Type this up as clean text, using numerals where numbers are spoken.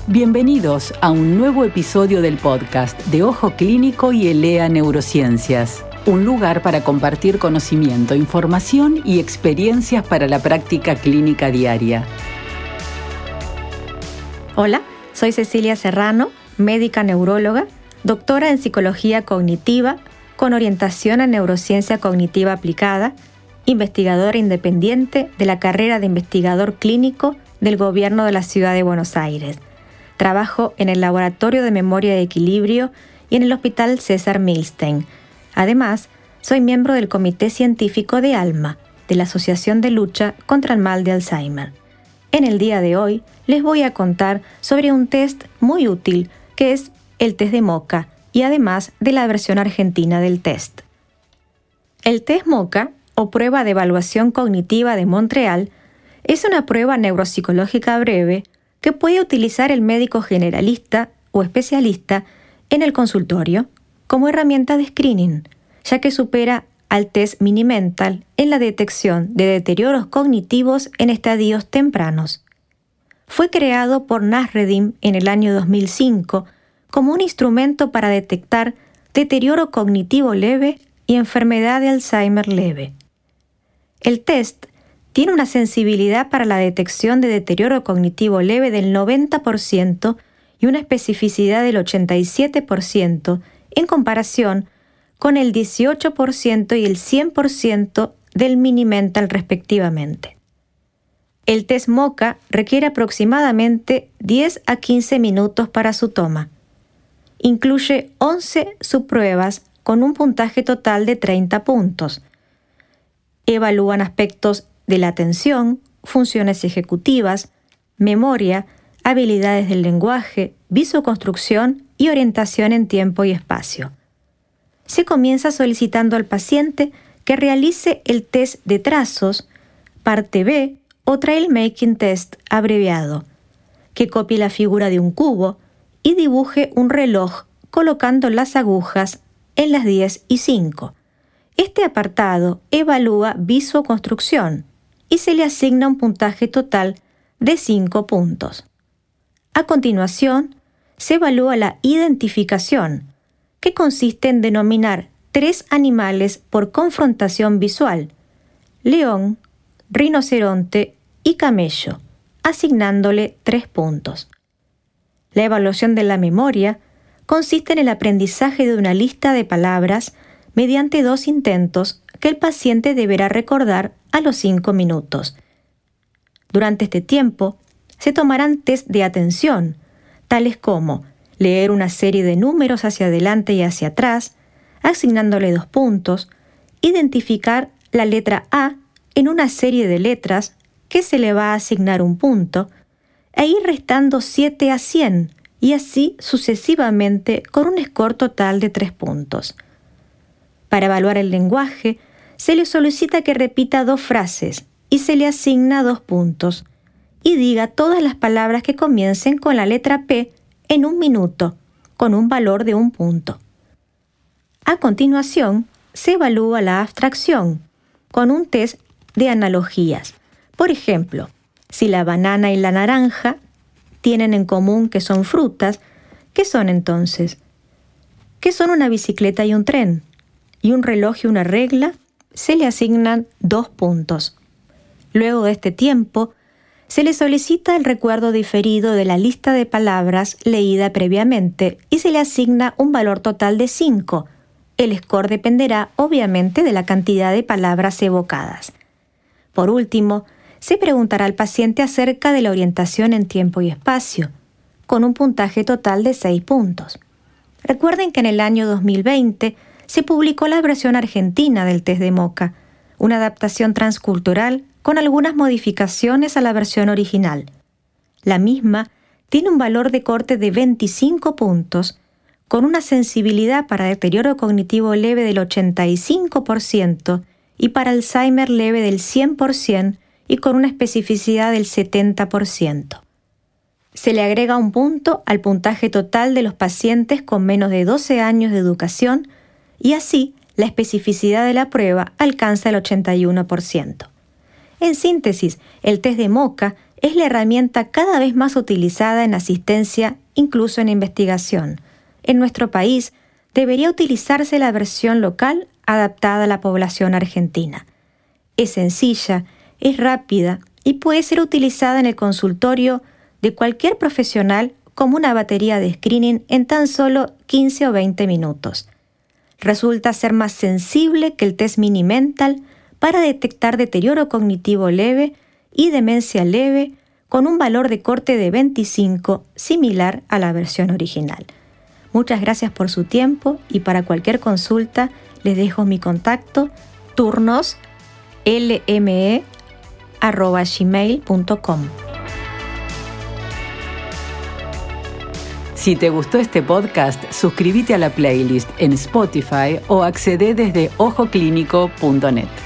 Bienvenidos a un nuevo episodio del podcast de Ojo Clínico y ELEA Neurociencias, un lugar para compartir conocimiento, información y experiencias para la práctica clínica diaria. Hola, soy Cecilia Serrano, médica neuróloga, doctora en psicología cognitiva, con orientación a neurociencia cognitiva aplicada, investigadora independiente de la carrera de investigador clínico del Gobierno de la Ciudad de Buenos Aires. Trabajo en el Laboratorio de Memoria y Equilibrio y en el Hospital César Milstein. Además, soy miembro del Comité Científico de ALMA, de la Asociación de Lucha contra el Mal de Alzheimer. En el día de hoy, les voy a contar sobre un test muy útil que es el test de MoCA y además de la versión argentina del test. El test MoCA, o Prueba de Evaluación Cognitiva de Montreal, es una prueba neuropsicológica breve que puede utilizar el médico generalista o especialista en el consultorio como herramienta de screening, ya que supera al test Mini-Mental en la detección de deterioros cognitivos en estadios tempranos. Fue creado por Nasreddin en el año 2005 como un instrumento para detectar deterioro cognitivo leve y enfermedad de Alzheimer leve. El test tiene una sensibilidad para la detección de deterioro cognitivo leve del 90% y una especificidad del 87% en comparación con el 18% y el 100% del Mini-Mental respectivamente. El test MoCA requiere aproximadamente 10 a 15 minutos para su toma. Incluye 11 subpruebas con un puntaje total de 30 puntos. Evalúan aspectos de la atención, funciones ejecutivas, memoria, habilidades del lenguaje, visoconstrucción y orientación en tiempo y espacio. Se comienza solicitando al paciente que realice el test de trazos, parte B o Trail Making Test abreviado, que copie la figura de un cubo y dibuje un reloj colocando las agujas en las 10:05. Este apartado evalúa visoconstrucción y se le asigna un puntaje total de 5 puntos. A continuación, se evalúa la identificación, que consiste en denominar 3 animales por confrontación visual: león, rinoceronte y camello, asignándole 3 puntos. La evaluación de la memoria consiste en el aprendizaje de una lista de palabras mediante 2 intentos que el paciente deberá recordar a los 5 minutos. Durante este tiempo, se tomarán test de atención, tales como leer una serie de números hacia adelante y hacia atrás, asignándole 2 puntos, identificar la letra A en una serie de letras que se le va a asignar 1 punto, e ir restando 7 a 100, y así sucesivamente con un score total de 3 puntos. Para evaluar el lenguaje, se le solicita que repita 2 frases y se le asigna 2 puntos y diga todas las palabras que comiencen con la letra P en 1 minuto, con un valor de 1 punto. A continuación, se evalúa la abstracción con un test de analogías. Por ejemplo, si la banana y la naranja tienen en común que son frutas, ¿qué son entonces? ¿Qué son una bicicleta y un tren? Y un reloj y una regla, se le asignan 2 puntos. Luego de este tiempo, se le solicita el recuerdo diferido de la lista de palabras leída previamente y se le asigna un valor total de 5. El score dependerá, obviamente, de la cantidad de palabras evocadas. Por último, se preguntará al paciente acerca de la orientación en tiempo y espacio, con un puntaje total de 6 puntos. Recuerden que en el año 2020 se publicó la versión argentina del test de MoCA, una adaptación transcultural con algunas modificaciones a la versión original. La misma tiene un valor de corte de 25 puntos, con una sensibilidad para deterioro cognitivo leve del 85% y para Alzheimer leve del 100% y con una especificidad del 70%. Se le agrega 1 punto al puntaje total de los pacientes con menos de 12 años de educación y así la especificidad de la prueba alcanza el 81%. En síntesis, el test de MoCA es la herramienta cada vez más utilizada en asistencia, incluso en investigación. En nuestro país, debería utilizarse la versión local adaptada a la población argentina. Es sencilla, es rápida y puede ser utilizada en el consultorio de cualquier profesional como una batería de screening en tan solo 15 o 20 minutos. Resulta ser más sensible que el test Mini-Mental para detectar deterioro cognitivo leve y demencia leve con un valor de corte de 25, similar a la versión original. Muchas gracias por su tiempo y para cualquier consulta les dejo mi contacto turnoslme@gmail.com. Si te gustó este podcast, suscríbete a la playlist en Spotify o accede desde ojoclínico.net.